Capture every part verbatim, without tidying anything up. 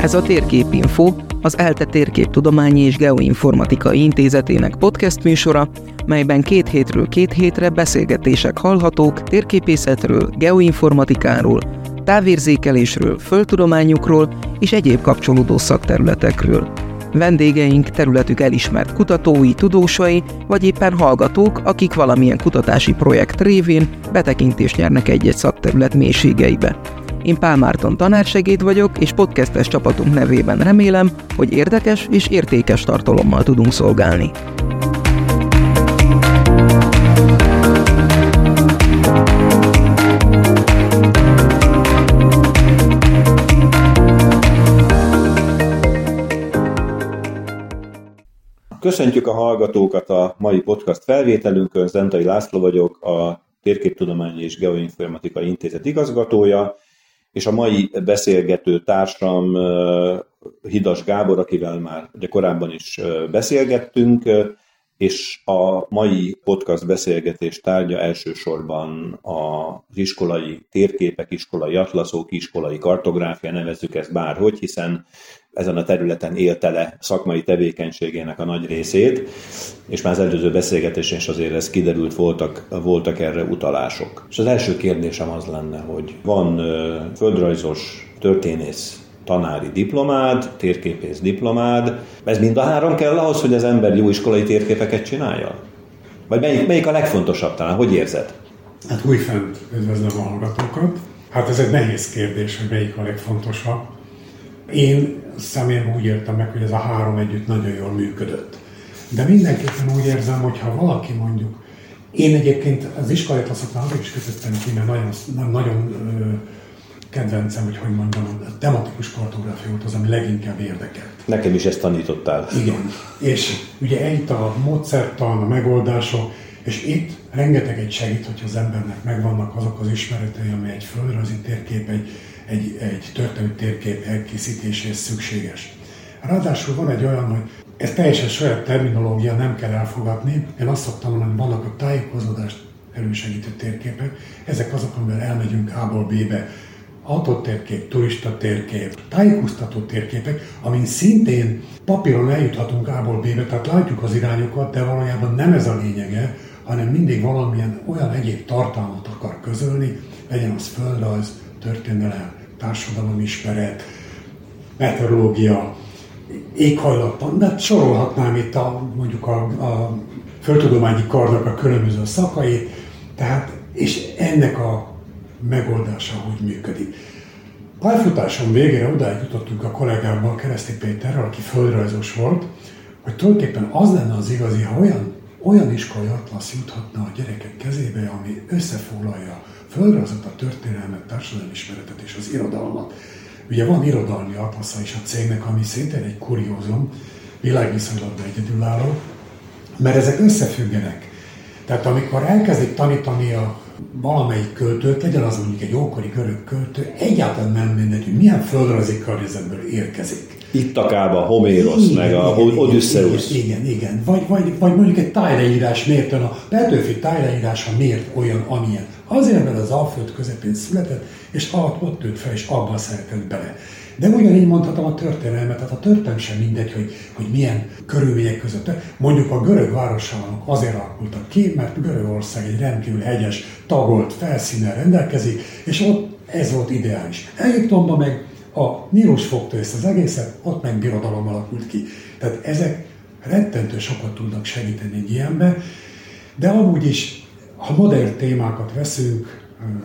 Ez a Térképinfo, az ELTE Térképtudományi és Geoinformatikai Intézetének podcast műsora, melyben két hétről két hétre beszélgetések hallhatók térképészetről, geoinformatikáról, távérzékelésről, földtudományokról és egyéb kapcsolódó szakterületekről. Vendégeink területük elismert kutatói, tudósai, vagy éppen hallgatók, akik valamilyen kutatási projekt révén betekintést nyernek egy-egy szakterület mélységeibe. Én Pál Márton tanársegéd vagyok, és podcastes csapatunk nevében remélem, hogy érdekes és értékes tartalommal tudunk szolgálni. Köszöntjük a hallgatókat a mai podcast felvételünkön. Zentai László vagyok, a Térképtudományi és Geoinformatikai Intézet igazgatója, és a mai beszélgető társam Hidas Gábor, akivel már ugye korábban is beszélgettünk, és a mai podcast beszélgetés tárgya elsősorban az iskolai térképek, iskolai atlaszok, iskolai kartográfia, nevezzük ezt bárhogy, hiszen ezen a területen élte le szakmai tevékenységének a nagy részét, és már az előző beszélgetésen is azért ez kiderült, voltak, voltak erre utalások. És az első kérdésem az lenne, hogy van földrajzos, történész, tanári diplomád, térképész diplomád. Ez mind a három kell ahhoz, hogy az ember jó iskolai térképeket csinálja? Vagy melyik, melyik a legfontosabb talán? Hogy érzed? Hát újfent üdvözlöm a hallgatókat. Hát ez egy nehéz kérdés, hogy melyik a legfontosabb. Én személyem úgy értem meg, hogy ez a három együtt nagyon jól működött. De mindenképpen úgy érzem, hogy ha valaki mondjuk, én egyébként az iskolai atlaszoknál azért is kötöttem ki, mert nagyon, nagyon kedvencem, hogy hogy mondjam, a tematikus kartográfia volt az, ami leginkább érdekelt. Nekem is ezt tanítottál. Igen, és ugye itt a módszertan, a megoldások, és itt rengeteg egy segít, hogy az embernek megvannak azok az ismeretei, ami egy földrajzi térkép, egy, egy, egy történelmi térkép elkészítéséhez szükséges. Ráadásul van egy olyan, hogy ez teljesen saját terminológia, nem kell elfogadni. Én azt szoktam mondani, hogy vannak a tájékozódást elősegítő térképek, ezek azok, amivel elmegyünk A-ból B-be. Autótérkép, turista térkép, tájékoztató térképek, amin szintén papíron eljuthatunk A-ból B-be, tehát látjuk az irányokat, de valójában nem ez a lényege, hanem mindig valamilyen olyan egyéb tartalmat akar közölni, legyen az földrajz, történelem, társadalomismeret, meteorológia, éghajlattan, de sorolhatnám itt a, mondjuk a, a földtudományi karnak a különböző szakait, tehát, és ennek a megoldása hogy működik. Pályafutásom végére odáig jutottunk a kollégámmal, Kereszti Péterrel, aki földrajzos volt, hogy tulajdonképpen az lenne az igazi, ha olyan, olyan iskolai atlasz juthatna a gyerekek kezébe, ami összefoglalja a földrajzot, a történelmet, társadalomismeretet és az irodalmat. Ugye van irodalmi atlasza is a cégnek, ami szintén egy kuriózum, világviszonylatban egyedülálló, mert ezek összefüggenek. Tehát amikor elkezdik tanítani a valamelyik költőt, legyen az mondjuk egy ókori görög költő, egyáltalán nem mindegy, hogy milyen földrajzi környezetből érkezik. Ittakába, Homérosz, igen, meg a Odüsszeusz. Igen, igen, igen. Vagy, vagy, vagy mondjuk egy tájleírás miért a Petőfi tájleírása miért olyan, amilyen. Azért, mert az Alföld közepén született, és ott nőtt fel, és abban szeretett bele. De ugyanígy mondhatom a történelmet, tehát a történelem sem mindegy, hogy, hogy milyen körülmények között. Mondjuk a görög városállamok azért alakultak ki, mert Görögország egy rendkívül hegyes, tagolt felszínnel rendelkezik, és ott ez volt ideális. Egyiptomban meg a Nílus fogta ezt az egészet, ott meg birodalom alakult ki. Tehát ezek rettentő sokat tudnak segíteni egy ilyenbe, de amúgy is, ha modern témákat veszünk,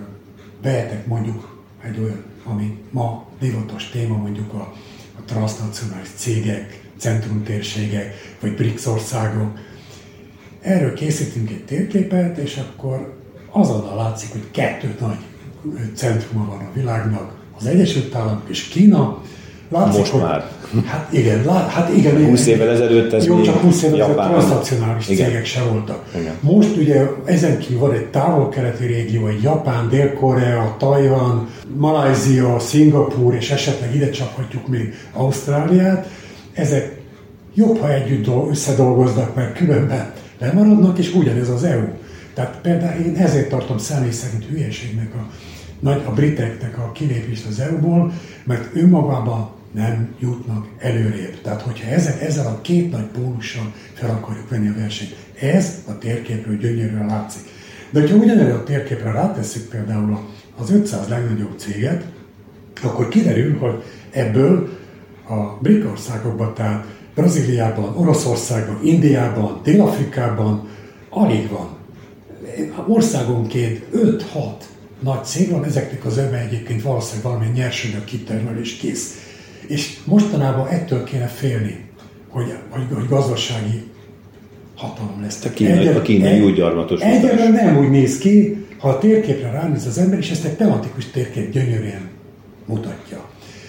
vehetek mondjuk egy olyan, ami ma divatos téma, mondjuk a, a transznacionális cégek, centrumtérségek, vagy BRICS országok. Erről készítünk egy térképet, és akkor azonnal látszik, hogy kettő nagy centruma van a világnak, az Egyesült Államok és Kína. Látszik, most hogy, már. Hát igen, lá, hát igen. húsz évvel ezelőtt ez jó, csak húsz évvel ezelőtt transznacionális cégek se voltak. Igen. Most ugye ezen kívül van egy távol-keleti régió, egy Japán, Dél-Korea, Tajvan, Malajzia, Szingapúr, és esetleg ide csaphatjuk még Ausztráliát. Ezek jobb, ha együtt összedolgoznak, mert különben lemaradnak, és ugyanez az é u. Tehát például én ezért tartom személy szerint hülyeségnek a, nagy, a briteknek a kilépést az é u-ból, mert önmagában nem jutnak előrébb. Tehát, hogyha ezzel, ezzel a két nagy pólussal fel akarjuk venni a versenyt, ez a térképről gyönyörűen látszik. De hogyha ugyanerre a térképre rátesszük például az ötszáz legnagyobb céget, akkor kiderül, hogy ebből a brik országokban, tehát Brazíliában, Oroszországban, Indiában, Dél-Afrikában alig van. Országonként öt-hat nagy cég van, ezeknek az öve egyébként valószínűleg valamilyen nyersanyag kitermelés kész. És mostanában ettől kéne félni, hogy, hogy, hogy gazdasági hatalom lesz. A kínai, a kínai úgy gyarmatos. Egyelőre nem úgy néz ki, ha a térképre ránéz az ember, és ezt egy tematikus térkép gyönyörűen mutatja.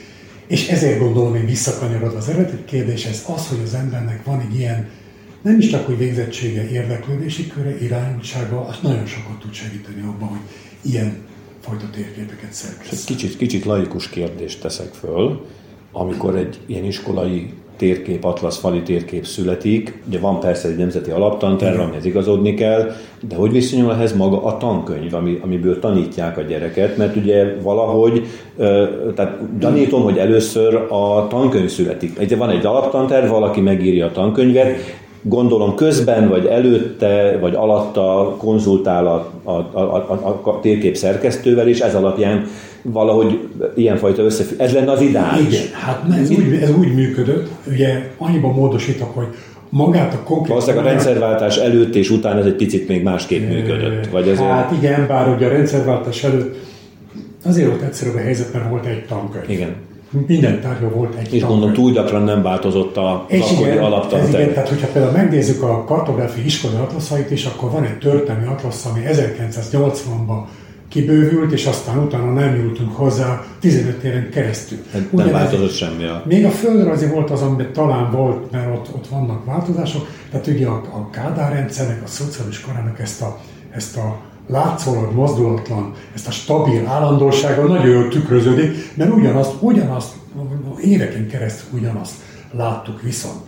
És ezért gondolom én visszakanyarodva az eredeti kérdéshez, az, hogy az embernek van egy ilyen, nem is csak hogy végzettsége, érdeklődési köre, irányultsága, az nagyon sokat tud segíteni abban, hogy ilyen fajta térképeket szerkesz. Kicsit, kicsit laikus kérdést teszek föl, amikor egy ilyen iskolai térkép, atlasz fali térkép születik, ugye van persze egy nemzeti alaptanterv, amihez igazodni kell, de hogy viszonyul ehhez maga a tankönyv, ami, amiből tanítják a gyereket, mert ugye valahogy, tehát gyanítom, hogy először a tankönyv születik. Ugye van egy alaptanterv, valaki megírja a tankönyvet, gondolom közben, vagy előtte, vagy alatta konzultál a, a, a, a, a térkép szerkesztővel, és ez alapján valahogy ilyenfajta összefügg. Ez lenne az ideális. Igen, hát ez úgy, ez úgy működött, ugye annyiban módosítok, hogy magát a konkrét... Valószínűleg a rendszerváltás előtt és után ez egy picit még másképp működött. Vagy ezért... Hát igen, bár ugye a rendszerváltás előtt azért volt egyszerűbb a helyzet, mert volt egy tankönyv. Igen. Minden tárgyban volt egy És mondom, túl gyakran nem változott a akkori alaptanterv. Igen, tehát hogyha például megnézzük a kartográfiai iskolai atlaszait is, akkor van egy történelmi atlasz, ami ezerkilencszáznyolcvanban kibővült, és aztán utána nem nyúltunk hozzá tizenöt éven keresztül. Hát nem változott semmi. A... Még a földrajzi volt az, amiben talán volt, mert ott, ott vannak változások, tehát ugye a, a Kádár rendszernek, a szociális korának ezt a, ezt a látszólag mozdulatlan, ezt a stabil állandósága nagyon jól tükröződik, mert ugyanazt, ugyanazt, éveken keresztül ugyanazt láttuk viszont.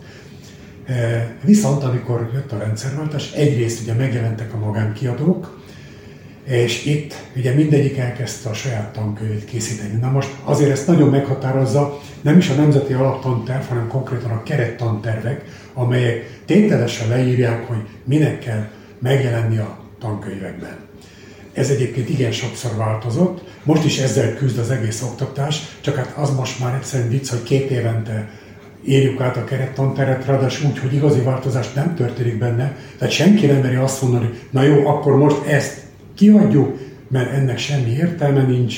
Viszont amikor jött a rendszerváltás, egyrészt ugye megjelentek a magánkiadók, és itt ugye mindegyik elkezdte a saját tankönyvét készíteni. Na most azért ezt nagyon meghatározza, nem is a nemzeti alaptanterv, hanem konkrétan a kerettantervek, amelyek tételesen leírják, hogy minek kell megjelenni a tankönyvekben. Ez egyébként igen sokszor változott, most is ezzel küzd az egész oktatás, csak hát az most már egyszerűen vicc, hogy két évente érjük át a kerettantervet, ráadásul úgy, hogy igazi változás nem történik benne, tehát senki nem meri azt mondani, hogy na jó, akkor most ezt kiadjuk, mert ennek semmi értelme nincs,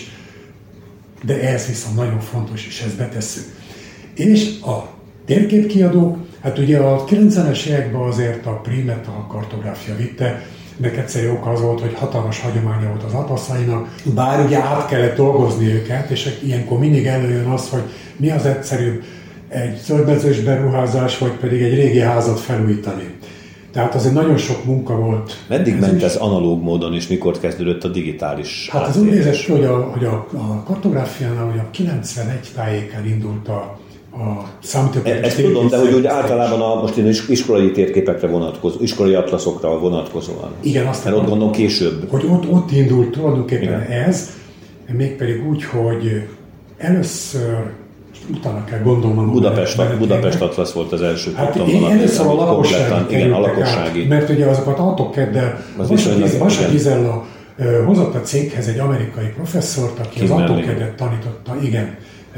de ez viszont nagyon fontos, és ezt betesszük. És a térképkiadók, hát ugye a kilencvenes években azért a Primet a kartográfia vitte, ennek egyszerű oka az volt, hogy hatalmas hagyománya volt az atlaszainak, bár ugye át kellett dolgozni őket, és ilyenkor mindig előjön az, hogy mi az egyszerűbb, egy zöldmezős beruházás, vagy pedig egy régi házat felújítani. Tehát azért nagyon sok munka volt. Meddig ez ment is. Ez analóg módon, és mikor kezdődött a digitális Hát az úgy nézett ki, hogy a, hogy a, a kartográfiánál, hogy a kilencvenegy tájékán indult a, a számítógépes. Ezt tudom, de hogy úgy általában a, most én iskolai térképekre vonatkozó, iskolai atlaszokra vonatkozóan. Igen, azt mert ott gondolom később. Hogy ott, ott indult tulajdonképpen igen. Ez, mégpedig úgy, hogy először utána kell gondolnom. Budapest, a, Budapest Atlasz volt az első. Hát én először a lakossági igen, a lakossági. Át, mert ugye azokat AutoCAD-del Vasa Gizella hozott a céghez egy amerikai professzort, aki Kimmerling. Az AutoCAD-et tanította, igen,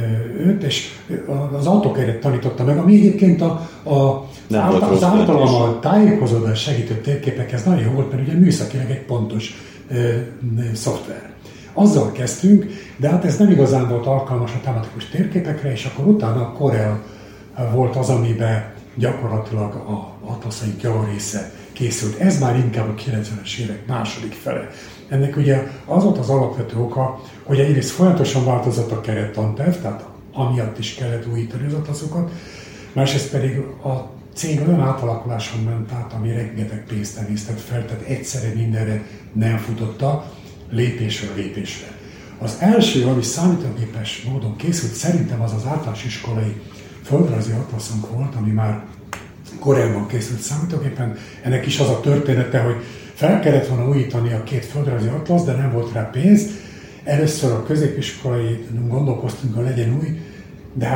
őt, és az AutoCAD-et tanította meg, ami egyébként a, a, által, az általam a tájékozódás segítő térképekhez nagyon jó volt, mert ugye műszakileg egy pontos ö, ö, szoftver. Azzal kezdtünk, de hát ez nem igazán volt alkalmas a tematikus térképekre, és akkor utána a Corel volt az, amiben gyakorlatilag a atlaszaink javarésze készült. Ez már inkább a kilencvenes évek második fele. Ennek ugye az volt az alapvető oka, hogy egyrészt folyamatosan változott a kerettanterv, tehát amiatt is kellett újítani az atlaszokat, másrészt pedig a cég olyan átalakuláson ment át, ami rengeteg pénzt emésztett fel, tehát egyszerre mindenre nem futotta, lépésről lépésre. Az első, ami számítógépes módon készült, szerintem az az általános iskolai földrajzi atlaszunk volt, ami már korábban készült számítógépen. Ennek is az a története, hogy fel kellett volna újítani a két földrajzi atlasz, de nem volt rá pénz. Először a középiskolai gondolkoztunk, hogy legyen új, de hát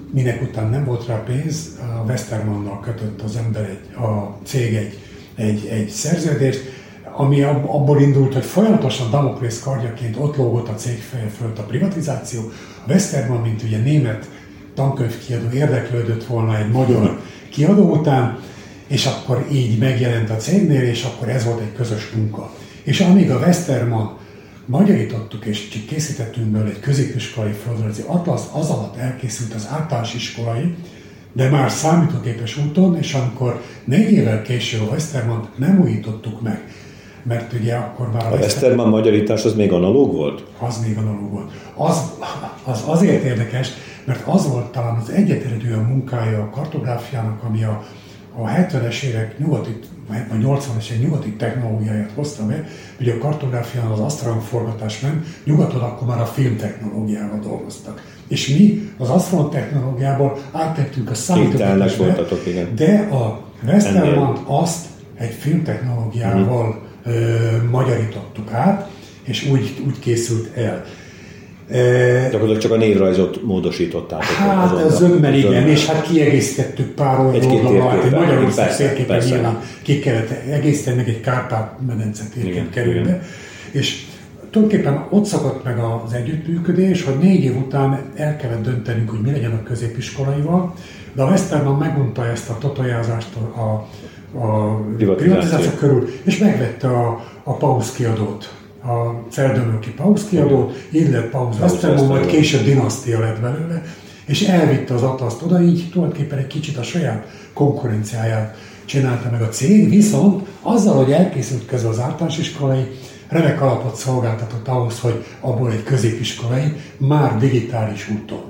minek után nem volt rá pénz, a Westermannnal kötött az ember, egy, a cég egy, egy, egy szerződést, ami abból indult, hogy folyamatosan Damoklész kardjaként ott lógott a cég feje fölött a privatizáció. A Westermann, mint ugye német tankönyvkiadó érdeklődött volna egy magyar kiadó után, és akkor így megjelent a cégnél, és akkor ez volt egy közös munka. És amíg a Westermann magyarítottuk, és készítettünk belőle egy középiskolai földrajzi atlasz, az alatt elkészült az általános iskolai, de már számítógépes úton, és amikor négy évvel később a Westermann nem újítottuk meg, mert ugye akkor már... A Westermann magyarítás az még analóg volt? Az még analóg volt. Az, az azért érdekes, mert az volt talán az egyetlen olyan munkája a kartográfiának, ami a, a hetvenes évek nyugati, vagy nyolcvanas évek nyugati technológiáját hozta be. Ugye a kartográfián az asztralomforgatás ment, nyugaton akkor már a filmtechnológiával dolgoztak. És mi az asztralom technológiából áttettünk a számítógépesbe, de a Westermann azt egy filmtechnológiával uh-huh. ö, magyarítottuk át, és úgy, úgy készült el. Gyakorlatilag csak a névrajzot módosították. Hát az önben igen, és hát kiegészítettük pár oldalra, egy Magyarország térképen nyilván ki kellett egészíteni, meg egy Kárpát-medence térkép kerül be. És tulajdonképpen ott szakadt meg az együttműködés, hogy négy év után el kellett döntenünk, hogy mi legyen a középiskolaival, de a Westermann megunta ezt a totojázást a, a privatizáció körül, és megvette a, a Paus kiadót, a Celdömölki Paus kiadót, így lett Paus Westermann, majd később dinasztia lett belőle, és elvitte az atlaszt oda, így tulajdonképpen egy kicsit a saját konkurenciáját csinálta meg a cég, viszont azzal, hogy elkészült közben az általános iskolai, remek alapot szolgáltatott ahhoz, hogy abból egy középiskolai, már digitális úton.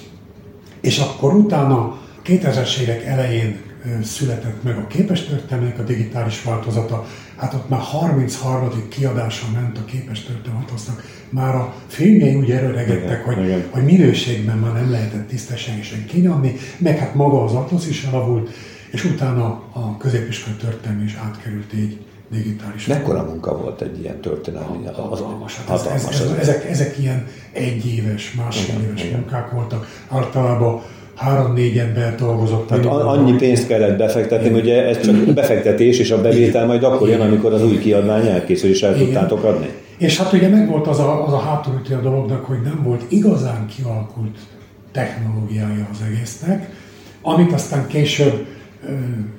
És akkor utána kétezres évek elején született meg a képestörténelmek a digitális változata, hát ott már harmincharmadik kiadása ment a képestörténelem atlasznak. Már a filmjei úgy erőlegettek, hogy, hogy minőségben már nem lehetett tisztességesen kinyomni, meg hát maga az atlasz is elavult, és utána a középiskolai történelem is átkerült így digitális. Mekkora munka volt egy ilyen történelmi? Hatalmas. Hát ez, ez, ez, ezek, ezek ilyen egyéves, másfél éves igen, munkák voltak. Általában három-négy ember dolgozott. Hát annyi pénzt kellett befektetni, ugye ez csak befektetés, és a bevétel majd akkor jön, amikor az új kiadvány elkészül, és el igen. tudtátok adni. És hát ugye megvolt az a, az a hátulütő a dolognak, hogy nem volt igazán kialakult technológiája az egésznek, amit aztán később ö,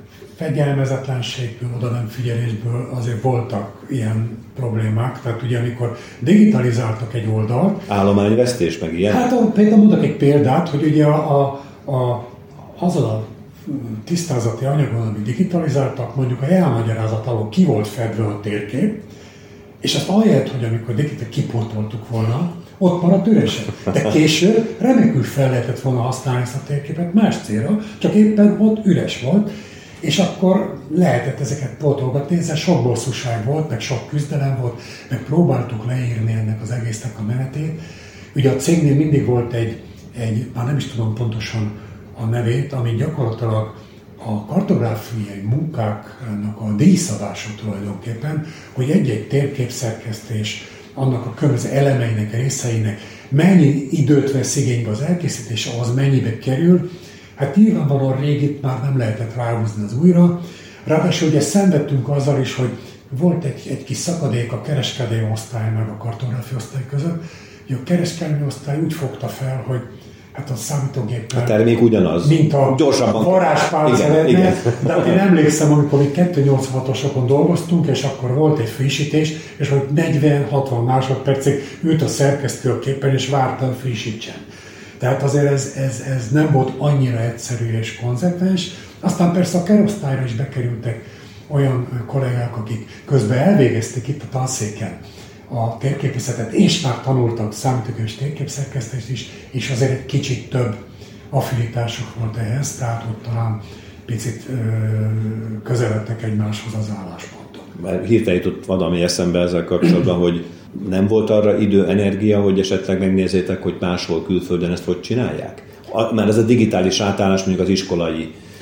fegyelmezetlenségből, oda nem figyelésből azért voltak ilyen problémák. Tehát ugye amikor digitalizáltak egy oldalt... Állományvesztés meg ilyen? Hát például mondok egy példát, hogy ugye a, a, a, azon a tisztázati anyagon, amit digitalizáltak, mondjuk a jelmagyarázat alól ki volt fedve a térkép, és azt ahelyett, hogy amikor digital kipótoltuk volna, ott maradt üresen. De később remekül fel lehetett volna használni ezt a térképet más célra, csak éppen ott üres volt, és akkor lehetett ezeket pótolgatni, ezzel sok bosszúság volt, meg sok küzdelem volt, meg próbáltuk leírni ennek az egésznek a menetét. Ugye a cégnél mindig volt egy, egy már nem is tudom pontosan a nevét, ami gyakorlatilag a kartográfiai munkáknak a díjszabása tulajdonképpen, hogy egy-egy térképszerkesztés, annak a különböző elemeinek, részeinek mennyi időt vesz igénybe az elkészítése, az mennyibe kerül. Hát nyilvánvalóan régit már nem lehetett ráhúzni az újra. Ráadásul ugye szenvedtünk azzal is, hogy volt egy, egy kis szakadék a kereskedelmi osztály meg a kartográfia osztály között. Ugye a kereskedelmi osztály úgy fogta fel, hogy hát a számítógéppel... A termék ugyanaz. Mint a varázspálca lenne. De hát én emlékszem, amikor mi kettőszáznyolcvanhatosokon dolgoztunk, és akkor volt egy frissítés, és hogy negyven-hatvan másodpercig ült a szerkesztő a képen, és vártam frissítsen. Tehát azért ez, ez, ez nem volt annyira egyszerű és konzekvens. Aztán persze a kerosztályra is bekerültek olyan kollégák, akik közben elvégezték itt a tanszéken a térképészetet, és már tanultak számítógépes térképszerkesztést is, és azért egy kicsit több affinitásuk volt ehhez, tehát ott talán picit ö, közeledtek egymáshoz az álláspontok. Már hirtelen jutott valami eszembe ezzel kapcsolatban, hogy nem volt arra idő, energia, hogy esetleg megnézzétek, hogy máshol külföldön ezt hogy csinálják? Mert ez a digitális átállás mondjuk az iskolai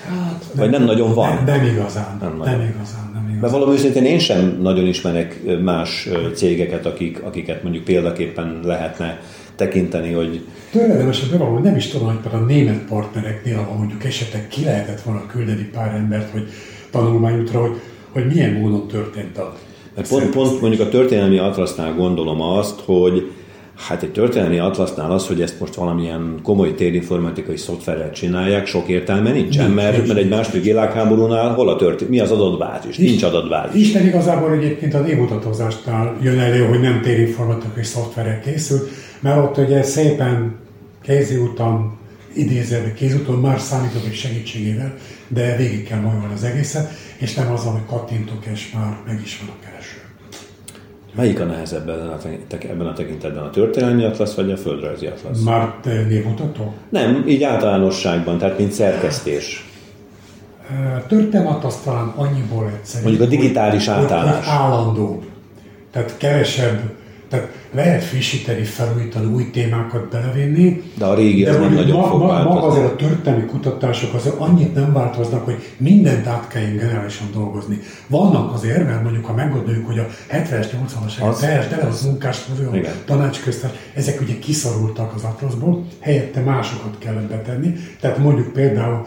Hát, Vagy nem, nem nagyon van? Nem, nem igazán. Nem, nem, nem igazán. Nem igazán. Mert valami őszintén én sem nagyon ismerek más cégeket, akik, akiket mondjuk példaképpen lehetne tekinteni, hogy... Törvényesen bevallom, nem is tudom, hogy például a német partnereknél, ahol mondjuk esetleg ki lehetett volna küldeni pár embert, hogy tanulmányútra, hogy, hogy milyen módon történt a... Mert pont, pont mondjuk a történelmi atlasznál gondolom azt, hogy hát egy történelmi atlasznál az, hogy ezt most valamilyen komoly térinformatikai szoftverrel csinálják, sok értelme nincsen, nincs, mert, mert egy második világháborúnál hol a történet, mi az adatbázis? Nincs adatbázis. Isten igazából egyébként a névmutatózásnál jön elő, hogy nem térinformatikai szoftverrel készült, mert ott ugye szépen kéziúton, idézőben kézúton már számítógép segítségével, de végig kell majolni az egészet, és nem azzal, hogy kattintok, és már meg is van a kereső. Melyik a nehezebb ebben a tekintetben, a történelmi atlasz vagy a földrajzi atlasz? Már névmutató? Nem, így általánosságban, tehát mint szerkesztés. Történelmi atlasz talán annyiból egyszerű. Mondjuk a digitális átállás. Hogy állandó. Tehát kevesebb, tehát lehet frissíteni, felújítani, új témákat belevinni. De a régi az nem nagyon ma, fog ma, változni. Maga azért a történelmi kutatások azért annyit nem változnak, hogy mindent át kell generálisan dolgozni. Vannak azért, mert mondjuk ha meggondoljuk, hogy a hetvenes, nyolcvanas évek teljes tele az munkásmozó, tanácsköztár, ezek ugye kiszorultak az atlaszból, helyette másokat kellett betenni. Tehát mondjuk például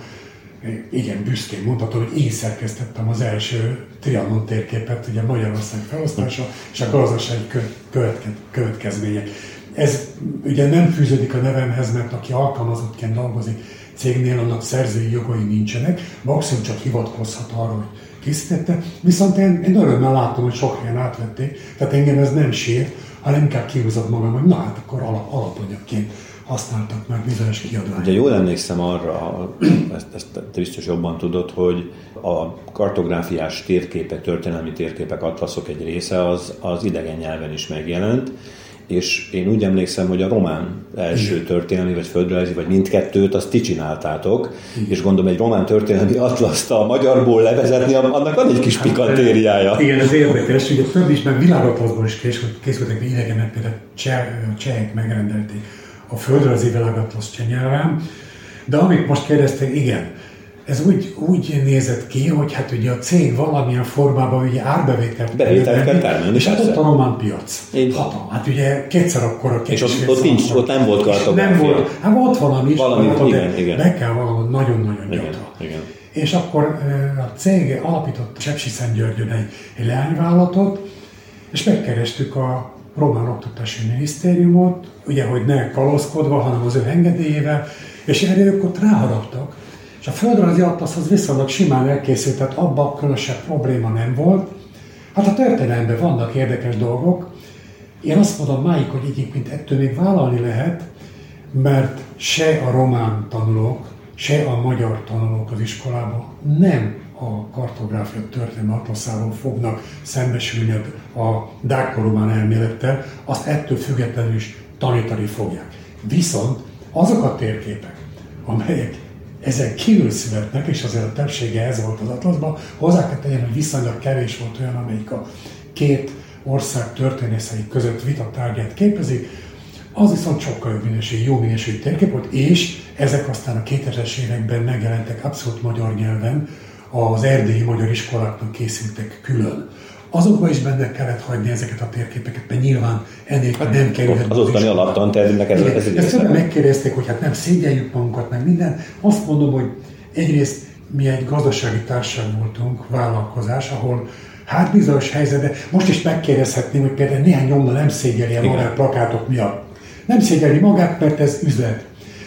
igen, büszkén mondhatom, hogy én szerkesztettem az első Trianon térképet, ugye Magyarország felosztása és a gazdasági követke, következmények. Ez ugye nem fűződik a nevemhez, mert aki alkalmazottként dolgozik cégnél, annak szerzői jogai nincsenek, maximum csak hivatkozhat arra, hogy készítette, viszont én, én örömmel látom, hogy sok helyen átvették, tehát engem ez nem sért, hanem inkább kihúzott magam, hogy na hát akkor alap, alapanyagként használtak már bizonyos kiadványokat. Ugye jól emlékszem arra, ezt, ezt te biztos jobban tudod, hogy a kartográfiás térképek, történelmi térképek, atlaszok egy része az, az idegen nyelven is megjelent, és én úgy emlékszem, hogy a román első Igen. történelmi, vagy földrajzi, vagy mindkettőt, azt ti csináltátok, Igen. és gondolom egy román történelmi atlaszt a magyarból levezetni, annak van egy kis hát, pikantériája. Igen, ez érdekes, ugye több is, meg világatlaszból is készültek idegenek, például csehek megrendelték a földrajzi világatlasz cseh nyelven, de amit most kérdezték, igen, ez úgy, úgy nézett ki, hogy hát ugye a cég valamilyen formában ugye árbevételt bevételt kell termelni, és hát ott a román piac. Hatalmas. Hát ugye kétszer akkora. És ott, ott, nincs, ott nem volt kartográfia. Nem volt. Hát volt valami is, valami, volt, igen, igen. Be kell valahol nagyon-nagyon nyomva. És akkor a cég alapított Sepsiszentgyörgyön egy, egy leányvállalatot, és megkerestük a román oktatási minisztériumot, ugye, hogy ne kalózkodva, hanem az ő engedélyével, és erre ők ott ráharaptak. És a földrajzi atlaszhoz viszonylag simán elkészült, tehát abban különösebb probléma nem volt. Hát a történelemben vannak érdekes dolgok. Én azt mondom máig, hogy egyébként ettől még vállalni lehet, mert se a román tanulók, se a magyar tanulók az iskolában nem a kartográfia történelmi atlaszával fognak szembesülni a dáko-román elmélettel, azt ettől függetlenül is tanítani fogják. Viszont azok a térképek, amelyek ezen kívül születnek, és azért a többsége ez volt az atlaszban, hozzá kell tegyen, hogy viszonylag kevés volt olyan, amelyik a két ország történészei között vitatárgyát képezik, az viszont sokkal jobb minőségű, jó minőségű térkép volt, és ezek aztán a kétezres években megjelentek abszolút magyar nyelven, az erdélyi magyar iskoláknak készültek külön. Azokban is benne kellett hagyni ezeket a térképeket, mert nyilván ennél hát nem kerülhet. Az ottani alaptantervnek ez, ez egy Ezt többen megkérdezték, hogy hát nem szégyeljük magunkat, meg minden. Azt mondom, hogy egyrészt mi egy gazdasági társaság voltunk, vállalkozás, ahol hát bizonyos helyzetben, most is megkérdezhetném, hogy például néhány nyomda nem szégyelje magát plakátok miatt. Nem szégyelni magát, mert ez üzlet.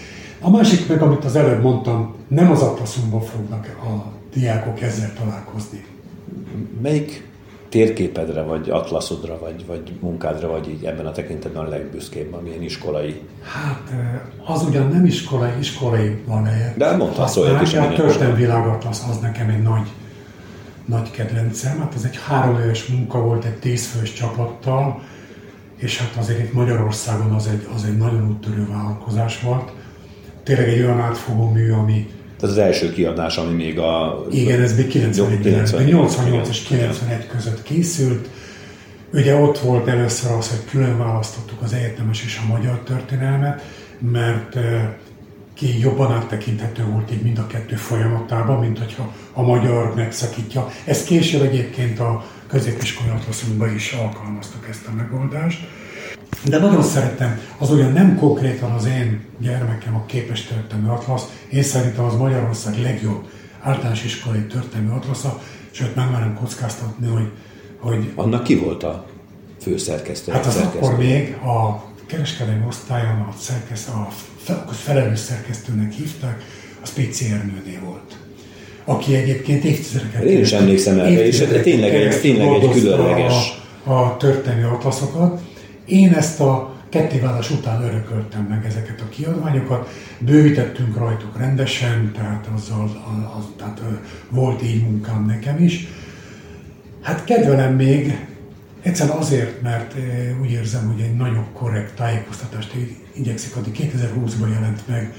A másik meg, amit az előbb mondtam, nem az atlaszunkban fognak a diákok ezzel találkozni. Melyik térképedre, vagy atlaszodra, vagy, vagy munkádra, vagy így ebben a tekintetben a legbüszkébb, amilyen iskolai? Hát az ugyan nem iskolai, iskolai van lehet. De mondhatsz olyat is. A történelmi világatlasz az nekem egy nagy, nagy kedvencem. Hát ez egy három éves munka volt egy tízfős csapattal, és hát azért itt Magyarországon az egy, az egy nagyon úttörő vállalkozás volt. Tényleg egy olyan átfogó mű, ami... Ez az első kiadás, ami még a... Igen, ez még kilencvenegy, nyolcvannyolc és kilencvenegy között készült. Ugye ott volt először az, hogy külön választottuk az egyetemes és a magyar történelmet, mert ki jobban áttekinthető volt így mind a kettő folyamatában, mint hogyha a magyar megszakítja. Ezt később egyébként a középiskolai atlaszunkban is alkalmaztak ezt a megoldást. De nagyon szerettem, az ugyan nem konkrétan az én gyermekem a képes történelmi atlasz, én szerintem az Magyarország legjobb általános iskolai történelmi atlasza, sőt megmerem kockáztatni, hogy, hogy... Annak ki volt a főszerkesztő? Hát az akkor még a kereskedelmi osztályon a, szerkeszt, a felelős szerkesztőnek hívták, az Péczi Ernőné volt. Aki egyébként évtizedeket... Én is emlékszem erre, és tényleg egy, tényleg egy különleges... A, a történelmi atlaszokat. Én ezt a kettéválás után örököltem meg ezeket a kiadványokat, bővítettünk rajtuk rendesen, tehát, azzal, az, tehát volt így munkám nekem is. Hát kedvelem még, egyszerűen azért, mert úgy érzem, hogy egy nagyon korrekt tájékoztatást igyekszik adni. kétezer-húszban jelent meg.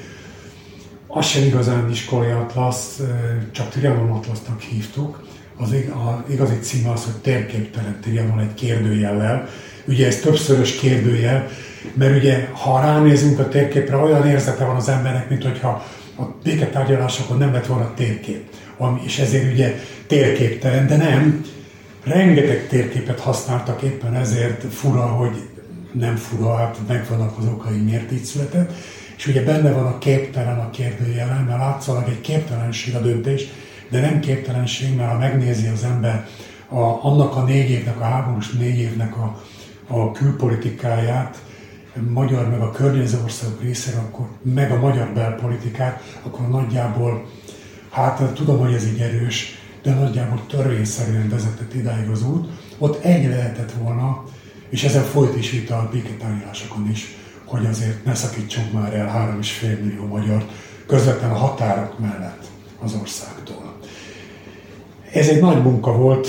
Az sem igazán iskolai atlasz, csak Trianon atlasznak hívtuk. Az igazi címe az, hogy Térképtelen Trianon egy kérdőjellel. Ugye ez többszörös kérdőjel, mert ugye ha ránézünk a térképre, olyan érzete van az embernek, mint hogyha a béketárgyalásokon nem lett volna térkép. Ami, és ezért ugye térképtelen, de nem. Rengeteg térképet használtak, éppen ezért fura, hogy nem fura, hát megvannak az okai, miért így született. És ugye benne van a képtelen a kérdőjelen, mert látszólag egy képtelenség a döntés, de nem képtelenség, mert ha megnézi az ember a, annak a négy évnek, a háborús négy évnek a, a külpolitikáját, magyar meg a környező országok részére, akkor meg a magyar belpolitikát, akkor nagyjából, hát tudom, hogy ez így erős, de nagyjából törvényszerűen vezetett idáig az út. Ott egy lehetett volna, és ezen folyt is vita a béketárgyalásokon is, hogy azért ne szakítsunk már el három és fél millió magyar közvetlen a határok mellett az országtól. Ez egy nagy munka volt.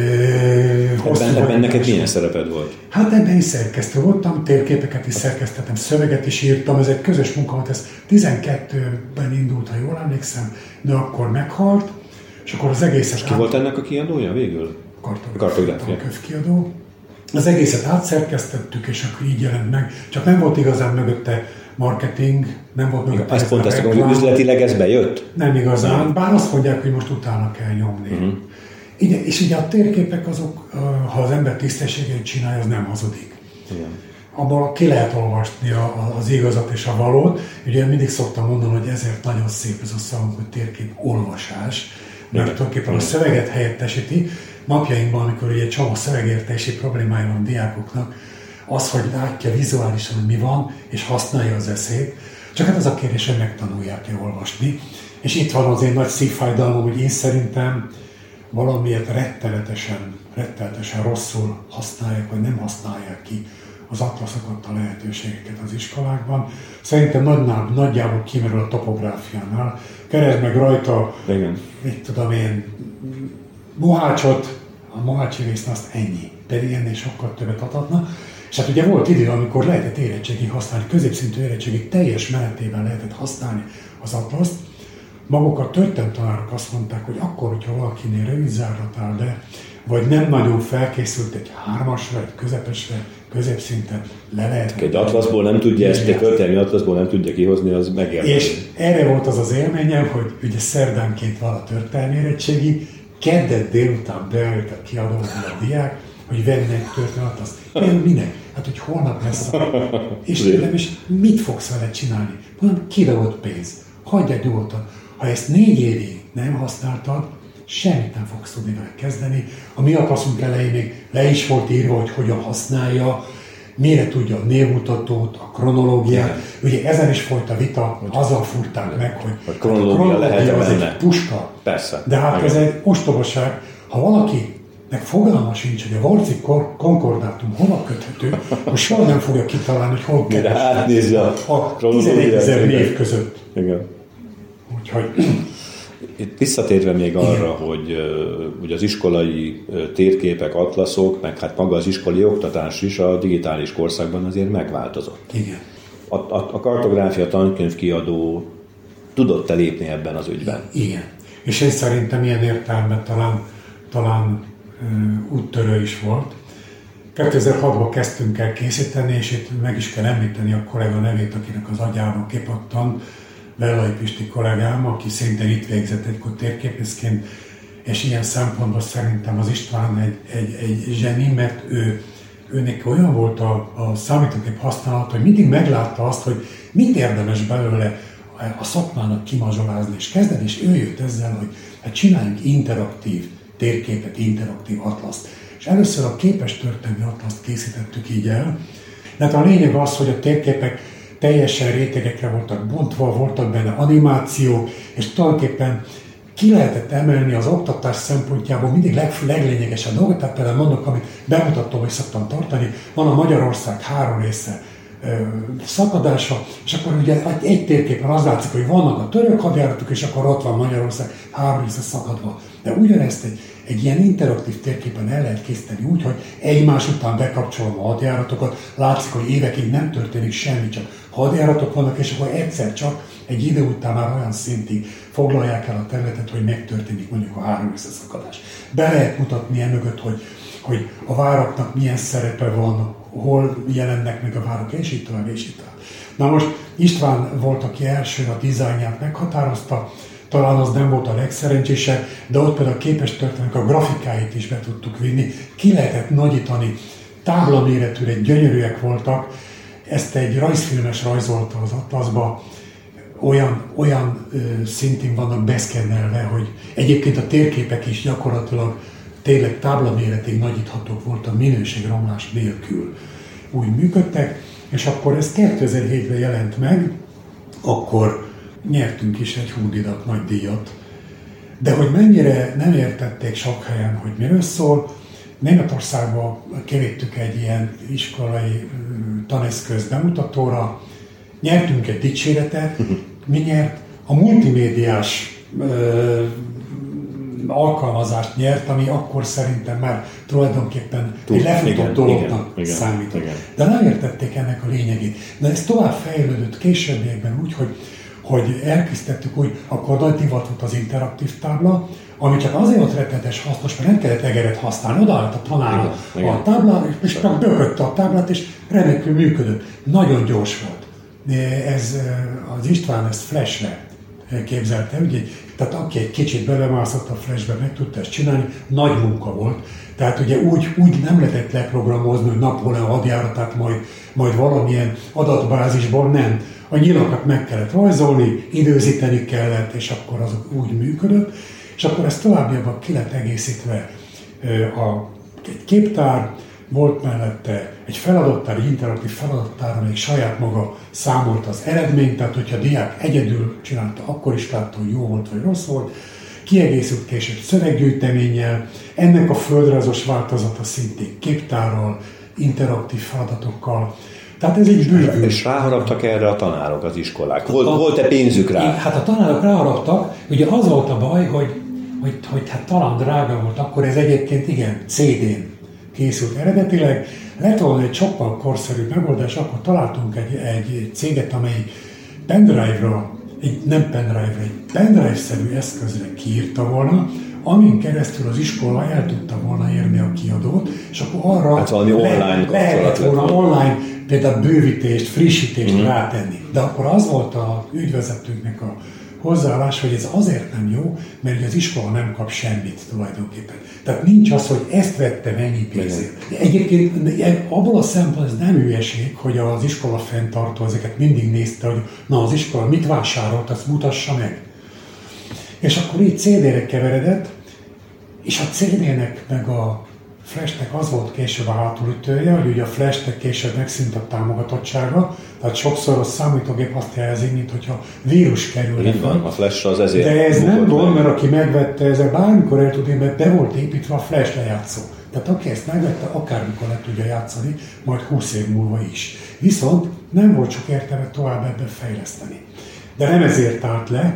Ebben, ebben neked milyen szereped volt? Hát ebben is szerkesztő voltam, térképeket is szerkesztettem, szöveget is írtam, ez egy közös munka volt, ez tizenkettőben indult, ha jól emlékszem, de akkor meghalt, és akkor az egészet... Ki át... volt ennek a kiadója végül? Kartográfia. Könyvkiadó. Az egészet átszerkesztettük, és akkor így jelent meg, csak nem volt igazán mögötte marketing, nem volt mögötte... Azt pont ezt hogy üzletileg ez bejött? Nem igazán, bár azt mondják, hogy most utána kell nyomni. Uh-huh. Így, és ugye a térképek azok, ha az ember tisztességét csinálja, az nem hazudik. Igen. Abban ki lehet olvasni a, a, az igazat és a valót. Ugye mindig szoktam mondani, hogy ezért nagyon szép ez a szavunk, hogy térkép olvasás, mert tulajdonképpen a szöveget helyettesíti. Napjainkban, amikor ugye csomó szövegértési problémája van a diákoknak, az, hogy látja vizuálisan, hogy mi van, és használja az eszét. Csak hát az a kérdés, hogy megtanulják-e olvasni. És itt van az én nagy szívfájdalmam, hogy én szerintem valamiért rettenetesen, rettenetesen rosszul használják, vagy nem használják ki az atlaszokat, a lehetőségeket az iskolákban. Szerintem nagynál, nagyjából kimerül a topográfiánál. Keresd meg rajta, igen, mit tudom én, Mohácsot, a Mohácsi részen azt ennyi, pedig ennél sokkal többet adhatna. És hát ugye volt idő, amikor lehetett érettségig használni, középszintű érettségig teljes menetében lehetett használni az atlaszt. Maguk a történelemtanárok azt mondták, hogy akkor, hogyha valakinél rövidzárat áll be, vagy nem nagyon felkészült egy hármasra, egy közepesre, középszinten le lehet. Egy atlaszból nem tudja ezt, egy történelmi atlaszból nem tudja kihozni, az megérdemelni. És erre volt az az élményem, hogy ugye szerdánként van a történelmi érettségi, kedden délután beállt a kiadóban a diák, hogy venne egy történet, azt én minek? Hát, hogy holnap lesz a... És nem is mit fogsz vele csinálni? Mondom, kidobott pénz. Hagyjad nyugodtan. Ha ezt négy évig nem használtad, semmit nem fogsz tudni vele kezdeni. A mi atlaszunk elején még le is volt írva, hogy hogyan használja, mire tudja a névmutatót, a kronológiát. Igen. Ugye ezen is folyt a vita, hogy azzal furták meg, hogy a kronológia, hát a kronológia az egy puska. Persze. De hát ez egy ostobaság. Ha valakinek fogalma sincs, hogy a Warci konkordátum hova köthető, akkor soha nem fogja kitalálni, hogy hol keres. Átnézze a, a tizenegy név között. Igen. Úgyhogy... Itt visszatérve még arra, igen, hogy ugye az iskolai térképek, atlaszok, meg hát maga az iskolai oktatás is a digitális korszakban azért megváltozott. Igen. A, a, a kartográfia tankönyvkiadó tudott-e lépni ebben az ügyben? Igen. És én szerintem ilyen értelemben talán, talán uh, úttörő is volt. kétezer-hatban kezdtünk el készíteni, és itt meg is kell említeni a kollega nevét, akinek az agyában kipattant, Vellai Pisti kollégám, aki szintén itt végzett egykor térképészként, és ilyen szempontból szerintem az István egy, egy, egy zseni, mert ő, őnek olyan volt a, a számítógép használat, hogy mindig meglátta azt, hogy mit érdemes belőle a szakmának kimazsolázni, és kezdeni, és ő jött ezzel, hogy hát csináljunk interaktív térképet, interaktív atlaszt. És először a képes történelmi atlaszt készítettük így el, de hát a lényeg az, hogy a térképek teljesen rétegekre voltak bontva, voltak benne animációk, és tulajdonképpen ki lehetett emelni az oktatás szempontjából mindig leg, leglényegesebb dolgot, tehát például mondok, amit bemutató, hogy szoktam tartani, van a Magyarország három része ö, szakadása, és akkor ugye egy térképen az látszik, hogy vannak a török hadjáratok, és akkor ott van Magyarország három része szakadva. De ugyanezt egy, egy ilyen interaktív térképen el lehet készíteni úgy, hogy egymás után bekapcsolom a hadjáratokat, látszik, hogy évekig nem történik semmi, csak hadjáratok vannak, és akkor egyszer csak egy idő után már olyan szintig foglalják el a területet, hogy megtörténik mondjuk a három része szakadás. Be lehet mutatni emögött, hogy, hogy a váraknak milyen szerepe van, hol jelennek meg a várak, és így tovább, és így tovább. Na most István volt, aki első a dizájnját meghatározta, talán az nem volt a legszerencsésebb, de ott például a képes történetnek a grafikáit is be tudtuk vinni, ki lehetett nagyítani, táblaméretűre gyönyörűek voltak, ezt egy rajzfilmes rajzolta az atlaszba, olyan, olyan ö, szintén vannak beszkennelve, hogy egyébként a térképek is gyakorlatilag tényleg táblaméretig nagyíthatók voltak minőségromlás nélkül. Úgy működtek, és akkor ez kétezer-hétben jelent meg, akkor nyertünk is egy Húdidak nagy díjat. De hogy mennyire nem értették sok helyen, hogy miről szól, Németországban kivittük egy ilyen iskolai taneszköz bemutatóra, nyertünk egy dicséretet, mi nyert? A multimédiás ö, alkalmazást nyert, ami akkor szerintem már tulajdonképpen Túl, egy lefutott igen, dolognak igen, számított. Igen. De nem értették ennek a lényegét. De ez tovább fejlődött későbbiekben úgy, hogy, hogy elkészítettük úgy, akkor nagy divat volt az interaktív tábla, ami csak azért volt rettenetes hasznos, mert nem kellett egeret használni. Odaállt a tanár a táblára, és csak bökötte a táblát, és remekül működött. Nagyon gyors volt. Ez, az István ezt Flash-re képzelte, ugye, tehát aki egy kicsit belemászott a Flashbe, meg tudta ezt csinálni, nagy munka volt. Tehát ugye úgy, úgy nem lehetett leprogramozni, hogy Napóleon hadjáratát majd, majd valamilyen adatbázisból, nem. A nyilakat meg kellett rajzolni, időzíteni kellett, és akkor azok úgy működött. És akkor ez továbbiakban ki lett egészítve a, egy képtár, volt mellette egy feladattár, egy interaktív feladattár, amelyik saját maga számolta az eredményt, tehát hogyha a diák egyedül csinálta, akkor is látta, hogy jó volt vagy rossz volt. Kiegészült később szöveggyűjteménnyel, ennek a földrajzos változata szintén képtárral, interaktív feladatokkal. Tehát ez egy bővül. És ráharaptak erre a tanárok, az iskolák? Volt, a, volt-e pénzük rá? Hát a tanárok ráharaptak, ugye az volt a baj, hogy, hogy, hogy hát talán drága volt, akkor ez egyébként igen, cé dén készült eredetileg. Lett volna egy sokkal korszerű megoldás, akkor találtunk egy, egy céget, amely pendrive-ra, egy, nem pendrive-ra, egy pendrive-szerű eszközre kiírta volna, amin keresztül az iskola el tudta volna érni a kiadót, és akkor arra hát valami online le, lehetett volna online például bővítést, frissítést mm-hmm. rátenni. De akkor az volt az ügyvezetőknek a hozzáállás, hogy ez azért nem jó, mert az iskola nem kap semmit tulajdonképpen. Tehát nincs az, hogy ezt vettem ennyi pénzért. Egyébként abból a szempontból ez nem hülyeség, hogy az iskola fenntartó ezeket mindig nézte, hogy na az iskola mit vásárolt, azt mutassa meg. És akkor így cé dére keveredett, és a cé dének meg a Flashnek az volt később a hátulütője, hogy ugye a Flashnek később megszűnt a támogatottsága, tehát sokszor a számítógép azt jelzi, mint hogyha vírus kerülne fel. A Flash az ezért. De ez nem gond, mert aki megvette, ezzel bármikor el tudja, mert be volt építve a Flash lejátszó. Tehát aki ezt megvette, akármikor le tudja játszani, majd húsz év múlva is. Viszont nem volt sok értelme tovább ebben fejleszteni. De nem ezért állt le.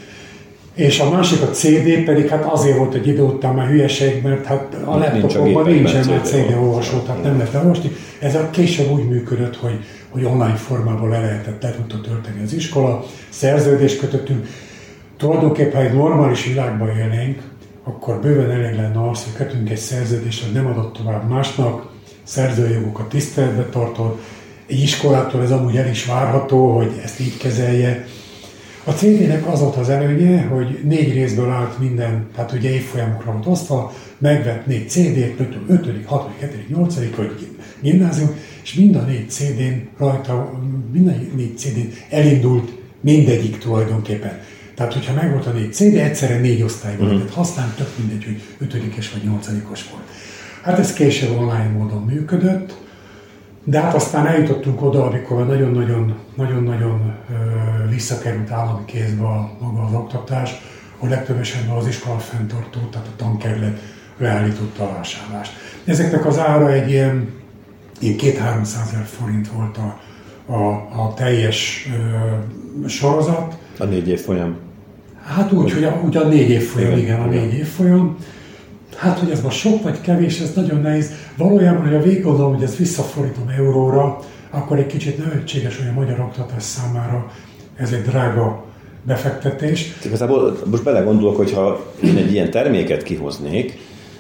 És a másik a cé dé pedig hát azért volt egy idő után már hülyeség, mert hát a laptopokban nincsen már cé dé olvasó, tehát nem lehet olvasni. Ez a később úgy működött, hogy, hogy online formában le lehetett, le tudta tölteni az iskola, szerződést kötöttünk. Tulajdonképpen, ha egy normális világban élnénk, akkor bőven elég lenne az, hogy kötünk egy szerződést, hogy nem adott tovább másnak, szerzőjogokat tiszteletbe tartod. Egy iskolától ez amúgy el is várható, hogy ezt így kezelje. A cé dé-nek az volt az előnye, hogy négy részből állt minden, tehát ugye évfolyamokra volt osztva, megvett négy cé dét, ötödik, hatodik, hetedik, nyolcadik, vagy gimnázium, és mind a négy cé dén rajta, minden négy cé dén elindult mindegyik tulajdonképpen. Tehát, hogyha megvolt a négy cé dé, egyszerre négy osztály volt, mm. tehát használni tök mindegy, hogy ötödikes vagy nyolcadikos volt. Hát ez később online módon működött, de hát aztán eljutottunk oda, amikor nagyon-nagyon, nagyon-nagyon ö, visszakerült állami kézbe a, maga az oktatás, hogy legtöbb esetben az iskola fenntartó, tehát a tankerület leállította a vásárlást. Ezeknek az ára egy ilyen, ilyen két-háromszázezer forint volt a, a, a teljes ö, sorozat. A négy évfolyam. Hát úgy, hogy a, úgy a négy évfolyam, igen, igen, a négy évfolyam. Hát, hogy ez most sok vagy kevés, ez nagyon nehéz. Valójában, hogy a végig gondolom, hogy ezt visszafordítom euróra, akkor egy kicsit nevetséges, hogy a magyar oktatás számára ez egy drága befektetés. Igazából most belegondolok, hogyha én egy ilyen terméket kihoznék,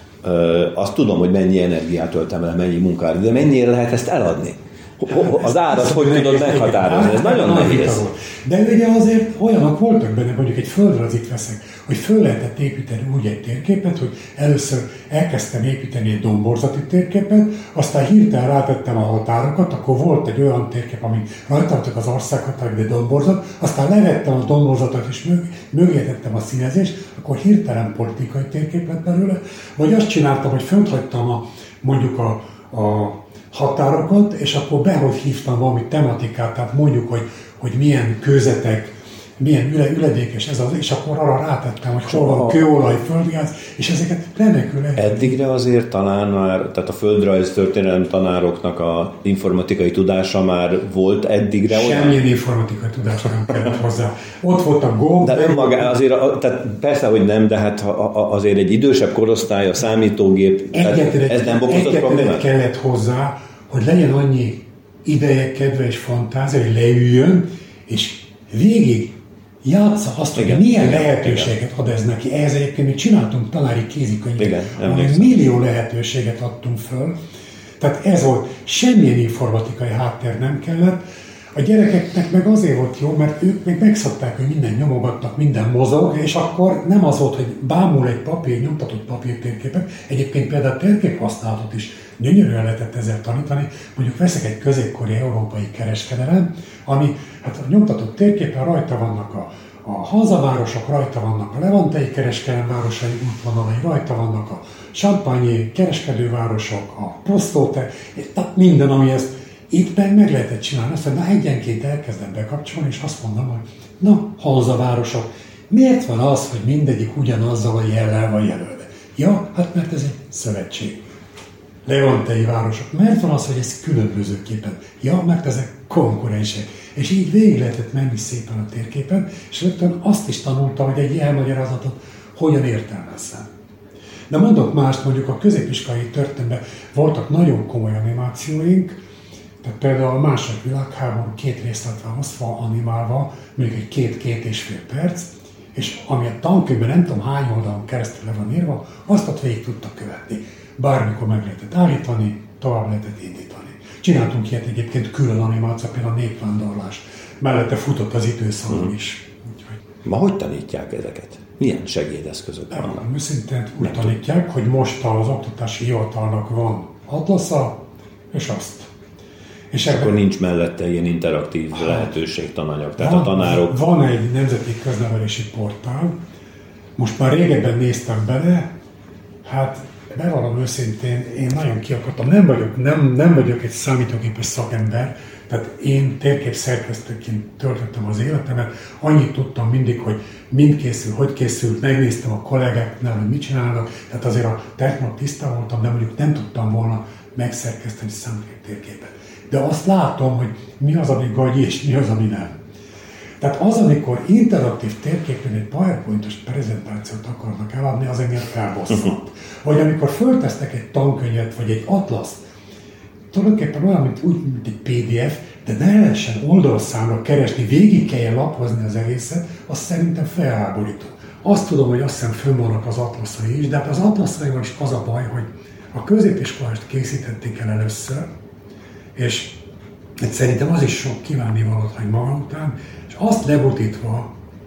azt tudom, hogy mennyi energiát töltem el, mennyi munkát, de mennyire lehet ezt eladni? Az árat hogy tudod meghatározni? Ez nagyon nehéz. De ugye azért olyanok voltak benne, mondjuk egy földrajzit veszek, hogy föl lehetett építeni úgy egy térképet, hogy először elkezdtem építeni egy domborzati térképet, aztán hirtelen rátettem a határokat, akkor volt egy olyan térkép, ami rajta voltak az országhatárok, de domborzat, aztán levettem a domborzatot és mög, mögé tettem a színezést, akkor hirtelen politikai térkép lett belőle, vagy azt csináltam, hogy fönt hagytam a, mondjuk a, a határokat, és akkor behogy hívtam valami tematikát, tehát mondjuk, hogy, hogy milyen kőzetek, milyen üle, üledékes ez az, és akkor arra rátettem, hogy hol van a kőolaj, földgáz, és ezeket remekül lehet. Eddigre azért talán már, tehát a földrajz történelem tanároknak a informatikai tudása már volt eddigre olyan? Semmilyen informatikai tudás nem kellett hozzá. Ott volt a gomb. De önmagá, azért, tehát persze, hogy nem, de hát azért egy idősebb korosztály, a számítógép, egyetlen, ez nem okozott problémát? Kellett hozzá, hogy legyen annyi ideje, kedve és fantázia, hogy leüljön, és végig játsza azt, igen, hogy milyen igen, lehetőséget igen. ad ez neki. Ehhez egyébként mi csináltunk tanári kézikönyvet, amely millió lehetőséget adtunk föl. Tehát ez volt, semmilyen informatikai háttér nem kellett. A gyerekeknek meg azért volt jó, mert ők meg megszokták, hogy minden nyomogatnak, minden mozog, és akkor nem az volt, hogy bámul egy papír, nyomtatott papírtérképet. Egyébként például a térképhasználatot is gyönyörűen lehetett ezzel tanítani. Mondjuk veszek egy középkori európai kereskedelem, ami hát a nyomtatott térképen rajta vannak a, a hazavárosok, rajta vannak a levantei kereskedelem városai útvonalai, rajta vannak a champagne kereskedővárosok, a Prostóte, tehát minden, ami ezt itt meg meg lehetett csinálni. Azt mondja, na egyenként elkezdem bekapcsolni, és azt mondom, hogy na, hazavárosok, miért van az, hogy mindegyik ugyanazzal a jellel van jelölve? Ja, hát mert ez egy szövetség. Levantei városok. Miért van az, hogy ez különbözőképpen? Ja, mert ezek konkurensek. És így végig lehetett menni szépen a térképen, és rögtön azt is tanultam, hogy egy elmagyarázatot hogyan értelmezzem. De mondok mást, mondjuk a középiskolai történetben voltak nagyon komoly animációink, tehát például a második világháború két részletre osztva, animálva, mondjuk egy két-két és fél perc, és ami a tankönyvben nem tudom hány oldalon keresztül le van írva, azt ott végig tudta követni. Bármikor meg lehetett állítani, tovább lehetett indítani. Csináltunk ilyet egyébként külön animáció, például a népvándorlás. Mellette futott az időszalon is. Úgyhogy... Ma hogy tanítják ezeket? Milyen segédeszközök nem, vannak? Őszintén úgy tanítják, hogy most az oktatási hivatalnak van atlasza, és azt. És akkor nincs mellette ilyen interaktív hát, lehetőség, tananyag. Tehát van, a tanárok... Van egy nemzeti köznevelési portál, most már régebben néztem bele, hát bevallom őszintén, én nagyon kiakadtam, nem vagyok, nem, nem vagyok egy számítógépes szakember, tehát én térképszerkesztőként töltöttem az életemet, annyit tudtam mindig, hogy mind készül, hogy készült, megnéztem a kollégáknál, hogy mit csinálnak, tehát azért a technológiai tisztán voltam, de mondjuk nem tudtam volna megszerkeszteni számítógép térképet. De azt látom, hogy mi az, ami gagyi, és mi az, ami nem. Tehát az, amikor interaktív térképen egy PowerPoint-os prezentációt akarnak eladni, az engem felbosszant. Vagy amikor föltesznek egy tankönyvet, vagy egy atlaszt, tulajdonképpen olyan, mint, úgy, mint egy pé dé ef, de ne lehessen oldalszámra keresni, végig kelljen lapozni az egészet, az szerintem felháborító. Azt tudom, hogy azt hiszem fönn vannak az atlaszai is, de hát az atlaszaival is az a baj, hogy a középiskolást készítették el először, és szerintem az is sok kívánnivalót hagy maga után, és azt lebutítva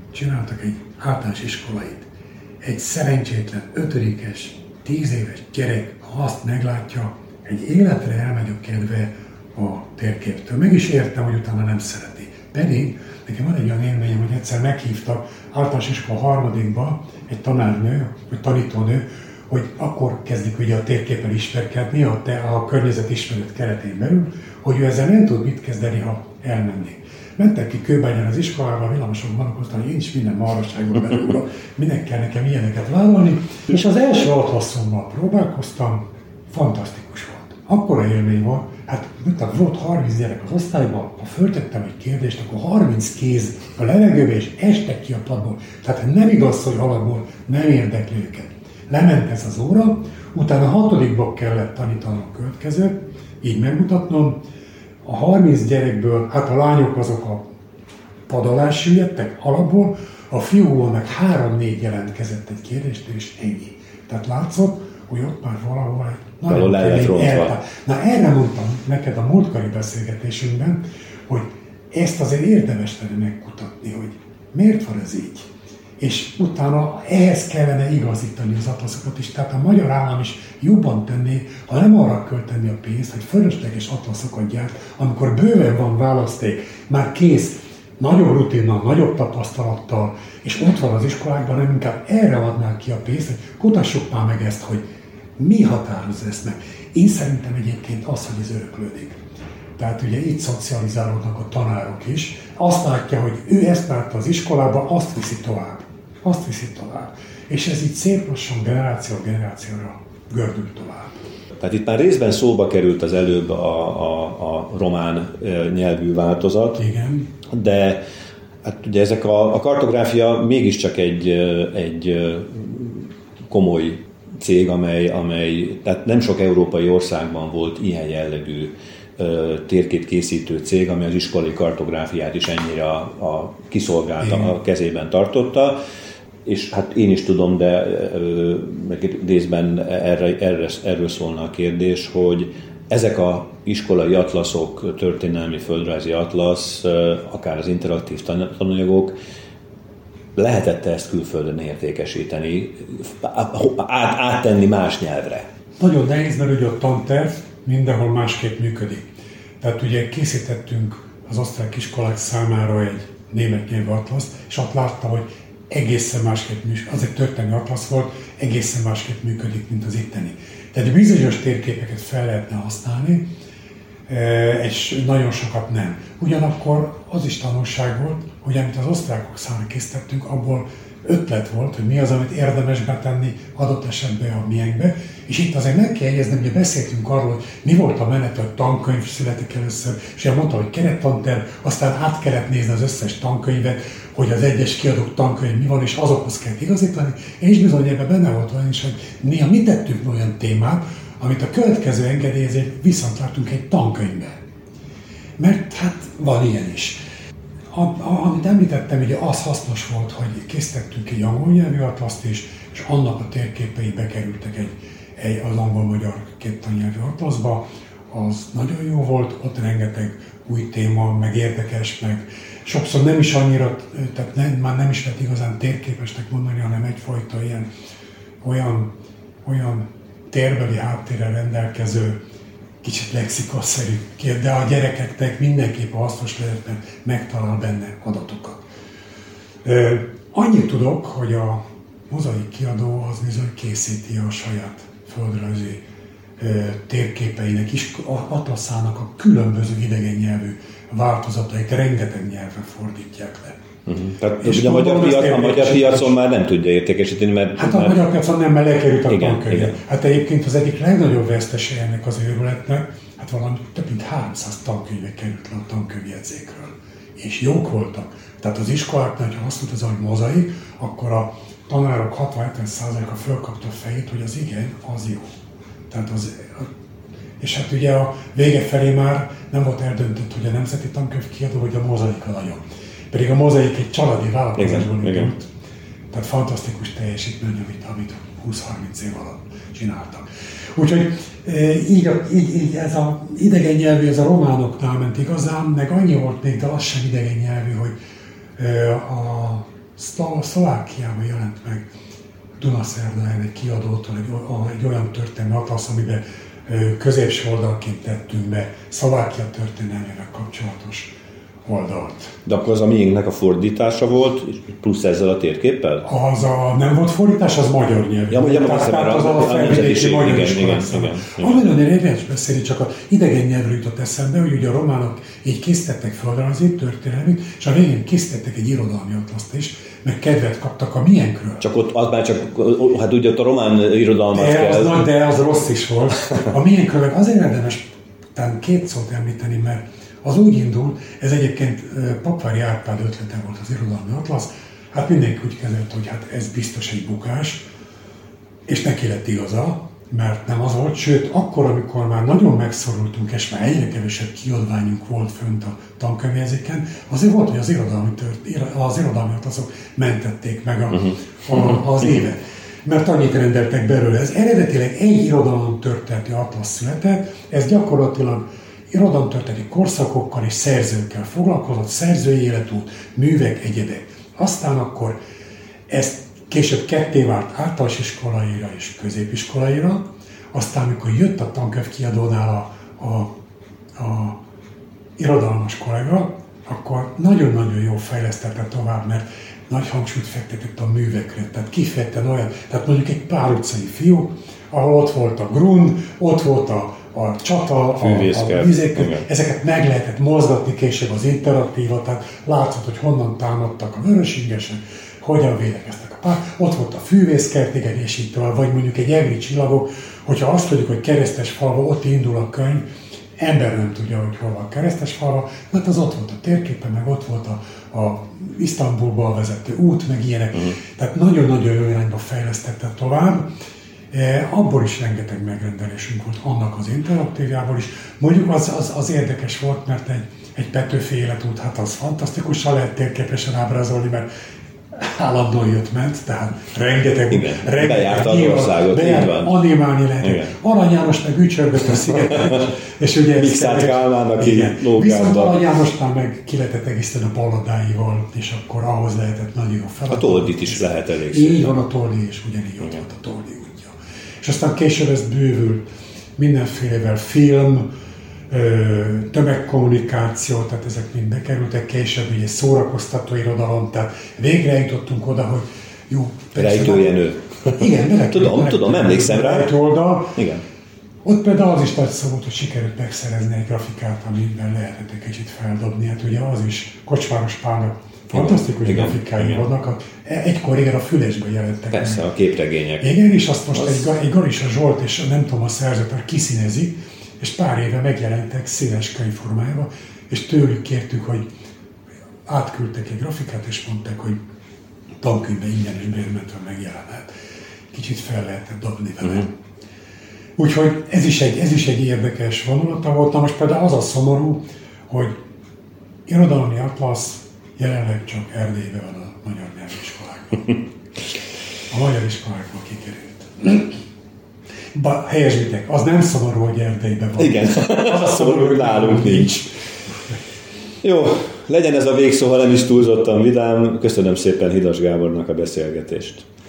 csináltak egy általános iskolait. Egy szerencsétlen, ötödikes, tíz éves gyerek, ha azt meglátja, egy életre elmegy a kedve a térképtől. Meg is értem, hogy utána nem szereti. Pedig nekem van egy olyan élményem, hogy egyszer meghívtak általános iskola harmadikba egy tanárnő, vagy tanítónő, hogy akkor kezdik ugye a térképpel ismerkedni, a, te, a környezet ismeret keretén belül, hogy ő ezzel nem tud mit kezdeni, ha elmennék. Mentek ki Kőbányán az iskolába, villamoson gondolkoztam, hogy én is minden marhaságban belül, minek kell nekem ilyeneket vállalni, és az első atlaszommal próbálkoztam, fantasztikus volt. Akkora élmény volt, hát volt harminc gyerek az osztályban, ha föltettem egy kérdést, akkor harminc kéz a levegőbe, és estek ki a padból. Tehát nem igaz, hogy alapból nem érdekli őket. Lement ez az óra, utána a hatodikba kellett tanítanom a következőt, így megmutatnom. A harminc gyerekből, hát a lányok azok a pad alá süllyedtek alapból, a fiúból meg három-négy jelentkezett egy kérdést, és ennyi. Tehát látszott, hogy ott már valahol egy nagyon kemény eltár. Na erre mondtam neked a múltkori beszélgetésünkben, hogy ezt azért érdemes lenne megkutatni, hogy miért van ez így. És utána ehhez kellene igazítani az atlaszokat is. Tehát a magyar állam is jobban tenné, ha nem arra költeni a pénzt, hogy fölösleges atlaszokat gyárt, amikor bőven van választék, már kész, nagyobb rutinnal, nagyobb tapasztalattal, és ott van az iskolákban, nem inkább erre adnák ki a pénzt, hogy kutassuk már meg ezt, hogy mi határozza ezt meg. Én szerintem egyébként az, hogy ez öröklődik. Tehát ugye itt szocializálódnak a tanárok is. Azt látja, hogy ő ezt látta az iskolában, azt viszi tovább. Azt viszi tovább. És ez így szép lassan generáció generációra gördül tovább. Tehát itt már részben szóba került az előbb a, a, a román nyelvű változat. Igen. De hát ugye ezek a, a kartográfia mégiscsak egy, egy komoly cég, amely, amely, tehát nem sok európai országban volt ilyen jellegű térképkészítő cég, ami az iskolai kartográfiát is ennyire a, a kiszolgálta, igen, a kezében tartotta. És hát én is tudom, de részben erre, erre, erről szólna a kérdés, hogy ezek a iskolai atlaszok, történelmi földrajzi atlasz, akár az interaktív tananyagok, lehetett ezt külföldön értékesíteni, át, áttenni más nyelvre? Nagyon nehéz, mert ugye a tanterv mindenhol másképp működik. Tehát ugye készítettünk az osztrák iskolák számára egy német nyelvű atlaszt, és ott láttam, hogy egészen másképp működik. Az egy történelmi atlasz volt, egészen másképp működik, mint az itteni. Tehát bizonyos térképeket fel lehetne használni, és nagyon sokat nem. Ugyanakkor az is tanulság volt, hogy amit az osztrákok számára készítettünk, abból ötlet volt, hogy mi az, amit érdemes betenni adott esetben a miénkbe. És itt azért meg kell jegyezni, hogy beszéltünk arról, hogy mi volt a menet, hogy tankönyv születik először, és én mondta, hogy kerettanterv, aztán át kellett nézni az összes tankönyvet, hogy az egyes kiadók tankönyv mi van, és azokhoz kell igazítani. És bizony ebben benne volt olyan is, hogy néha mi tettünk olyan témát, amit a következő engedélyezést viszont láttunk egy tankönyvben. Mert hát van ilyen is. A, a, amit említettem, ugye az hasznos volt, hogy készítettünk egy angol nyelvű atlaszt is, és annak a térképei bekerültek egy, egy, az angol-magyar képtannyelvű atlaszba. Az nagyon jó volt, ott rengeteg új téma, meg érdekes, meg sokszor nem is annyira, tehát nem, már nem is lehet igazán térképesnek mondani, hanem egyfajta ilyen olyan, olyan térbeli háttérrel rendelkező, kicsit lexikonszerű, de a gyerekeknek mindenképp hasznos lehet, mert megtalál benne adatokat. Annyit tudok, hogy a Mozaik kiadó az bizony készíti a saját földrajzi térképeinek is, atlaszának a különböző idegen nyelvű változatait rengeteg nyelven fordítják le. Uh-huh. Tehát és a magyar, piac, a magyar piacon már nem tudja értékesíteni, mert... Hát a már... magyar piacon nem, mert lekerült a tankönyv. Hát egyébként az egyik legnagyobb vesztese ennek az őrületnek, hát valami több mint háromszáz tankönyve került le a tankönyvjegyzékről. És jók voltak. Tehát az iskoláknál, ha azt mondta, hogy mozaik, akkor a tanárok hatvan-hetven százaléka fölkapta a fejét, hogy az igen, az jó. Tehát az, és hát ugye a vége felé már nem volt eldöntött, hogy a Nemzeti Tankönyv kiadó, vagy a Mozaik a nagyon. Pedig a Mozaik egy családi vállalkozásból indult. Tehát fantasztikus teljesítmény, amit, amit húsz-harminc év alatt csináltak. Úgyhogy így, így, így ez az idegen nyelvű, ez a románoknál ment igazán, meg annyi volt még, de az sem idegen nyelvű, hogy a Szlovákiában jelent meg Dunaszerdán egy kiadótól egy, egy olyan történelmi atlasz, amiben középső oldalként tettünk be Szlovákia történelmével kapcsolatos oldalt. De akkor az a miénknek a fordítása volt, plusz ezzel a térképpel? Az a, nem volt fordítás, az magyar nyelvű. Ja, ugye tehát, tehát az, az a felvidéki magyar iskolában. Amiről érdemes beszélni, csak az idegen nyelvről jutott eszembe, hogy ugye a románok így készítettek földrajzi, történelmét, és a végén készítettek egy irodalmi atlaszt is, meg kedvet kaptak a miénkről. Csak ott az már csak, hát ugye ott a román irodalmat de kell. Az nagy, de az rossz is volt. A miénkről meg azért érdemes talán két szót említeni, mert az úgy indult, ez egyébként Papvári Árpád ötlete volt az irodalmi atlasz, hát mindenki úgy kezelte, hogy hát ez biztos egy bukás, és neki lett igaza, mert nem az volt, sőt, akkor, amikor már nagyon megszorultunk, és már egyre kevesebb kiadványunk volt fönt a tankönyvjegyzéken, azért volt, hogy az irodalmi, tört, az irodalmi atlaszok mentették meg a, a, az évet. Mert annyit rendeltek belőle. Ez eredetileg egy irodalomtörténeti atlasz született, ez gyakorlatilag irodalomtörténeti korszakokkal és szerzőkkel foglalkozott, szerzői életút, művek, egyedek. Aztán akkor ezt később ketté vált általános iskolaira és középiskolaira, aztán amikor jött a tankönyvkiadónál a, a, a irodalmas kollega, akkor nagyon-nagyon jól fejlesztette tovább, mert nagy hangsúlyt fektetett a művekre, tehát kifejezetten olyan, tehát mondjuk egy Pál utcai fiú, ahol ott volt a grund, ott volt a, a csata, a, a vizek, ezeket meg lehetett mozgatni később az interaktívat, tehát látszott, hogy honnan támadtak a vörösingesek, hogyan védekeztek a pár, ott volt a fűvészkert, igen, és így tovább, vagy mondjuk egy egri csillagok, hogyha azt tudjuk, hogy Keresztesfalva, ott indul a könyv, ember nem tudja, hogy hol van Keresztesfalva, mert az ott volt a térképen, meg ott volt a, a Isztambulba vezető út, meg ilyenek. Uh-huh. Tehát nagyon-nagyon jó irányba fejlesztette tovább. E, abból is rengeteg megrendelésünk volt, annak az interaktívjából is. Mondjuk az, az, az érdekes volt, mert egy, egy Petőfi életút, hát az fantasztikusan lehet térképesen ábrázolni, mert állandóan jött-ment, tehát rengeteg, igen, rengeteg bejárta az országot, bejárt, így van. Animálni lehet. Arany János meg ücsörgött a szigeten, és ugye Mikszát Kálmán, aki lógázba. Viszont Arany Jánosnál meg ki lehetett egészen a balladáival, és akkor ahhoz lehetett nagyon jó feladat. A Toldit is lehet elég szépen. Így van a Toldi, és ugyanígy ott volt a Toldi útja. És aztán később ez bővül mindenfélevel film, tömegkommunikáció, tehát ezek mind bekerültek, később ugye szórakoztató irodalom, tehát végre jutottunk oda, hogy jó, Rejtőjenő. Igen, de tudom, tudom, emlékszem rá. Oldal. Igen. Ott például az is nagy szó volt, hogy sikerült megszerezni egy grafikát, amiben lehetett egy kicsit feldobni. Hát ugye az is Kocsmáros Pálnak fantasztikus igen, grafikái igen. vannak. Egykor igen, a Fülesben jelentek. Persze, meg. A képregények. Igen, és azt most az... egy, egy Garisa Zsolt, és nem tudom, a szerzőtár kiszínezi, és pár éve megjelentek színes könyvformájában, és tőlük kértük, hogy átküldtek egy grafikát, és mondták, hogy tankönyvben ingyenes bérmentve megjelenhet. Kicsit fel lehetett dobni vele. Uh-huh. Úgyhogy ez is, egy, ez is egy érdekes vonulata volt. Na most például az a szomorú, hogy irodalmi atlasz jelenleg csak Erdélyben van a magyar nyelviskolákban. A magyar iskolákban kikerült. Ba, helyesítek, az nem szomorú, hogy Erdélyben van. Igen, az a szomorú, hogy nálunk nincs. Jó, legyen ez a végszó, ha nem is túlzottan vidám. Köszönöm szépen Hidas Gábornak a beszélgetést.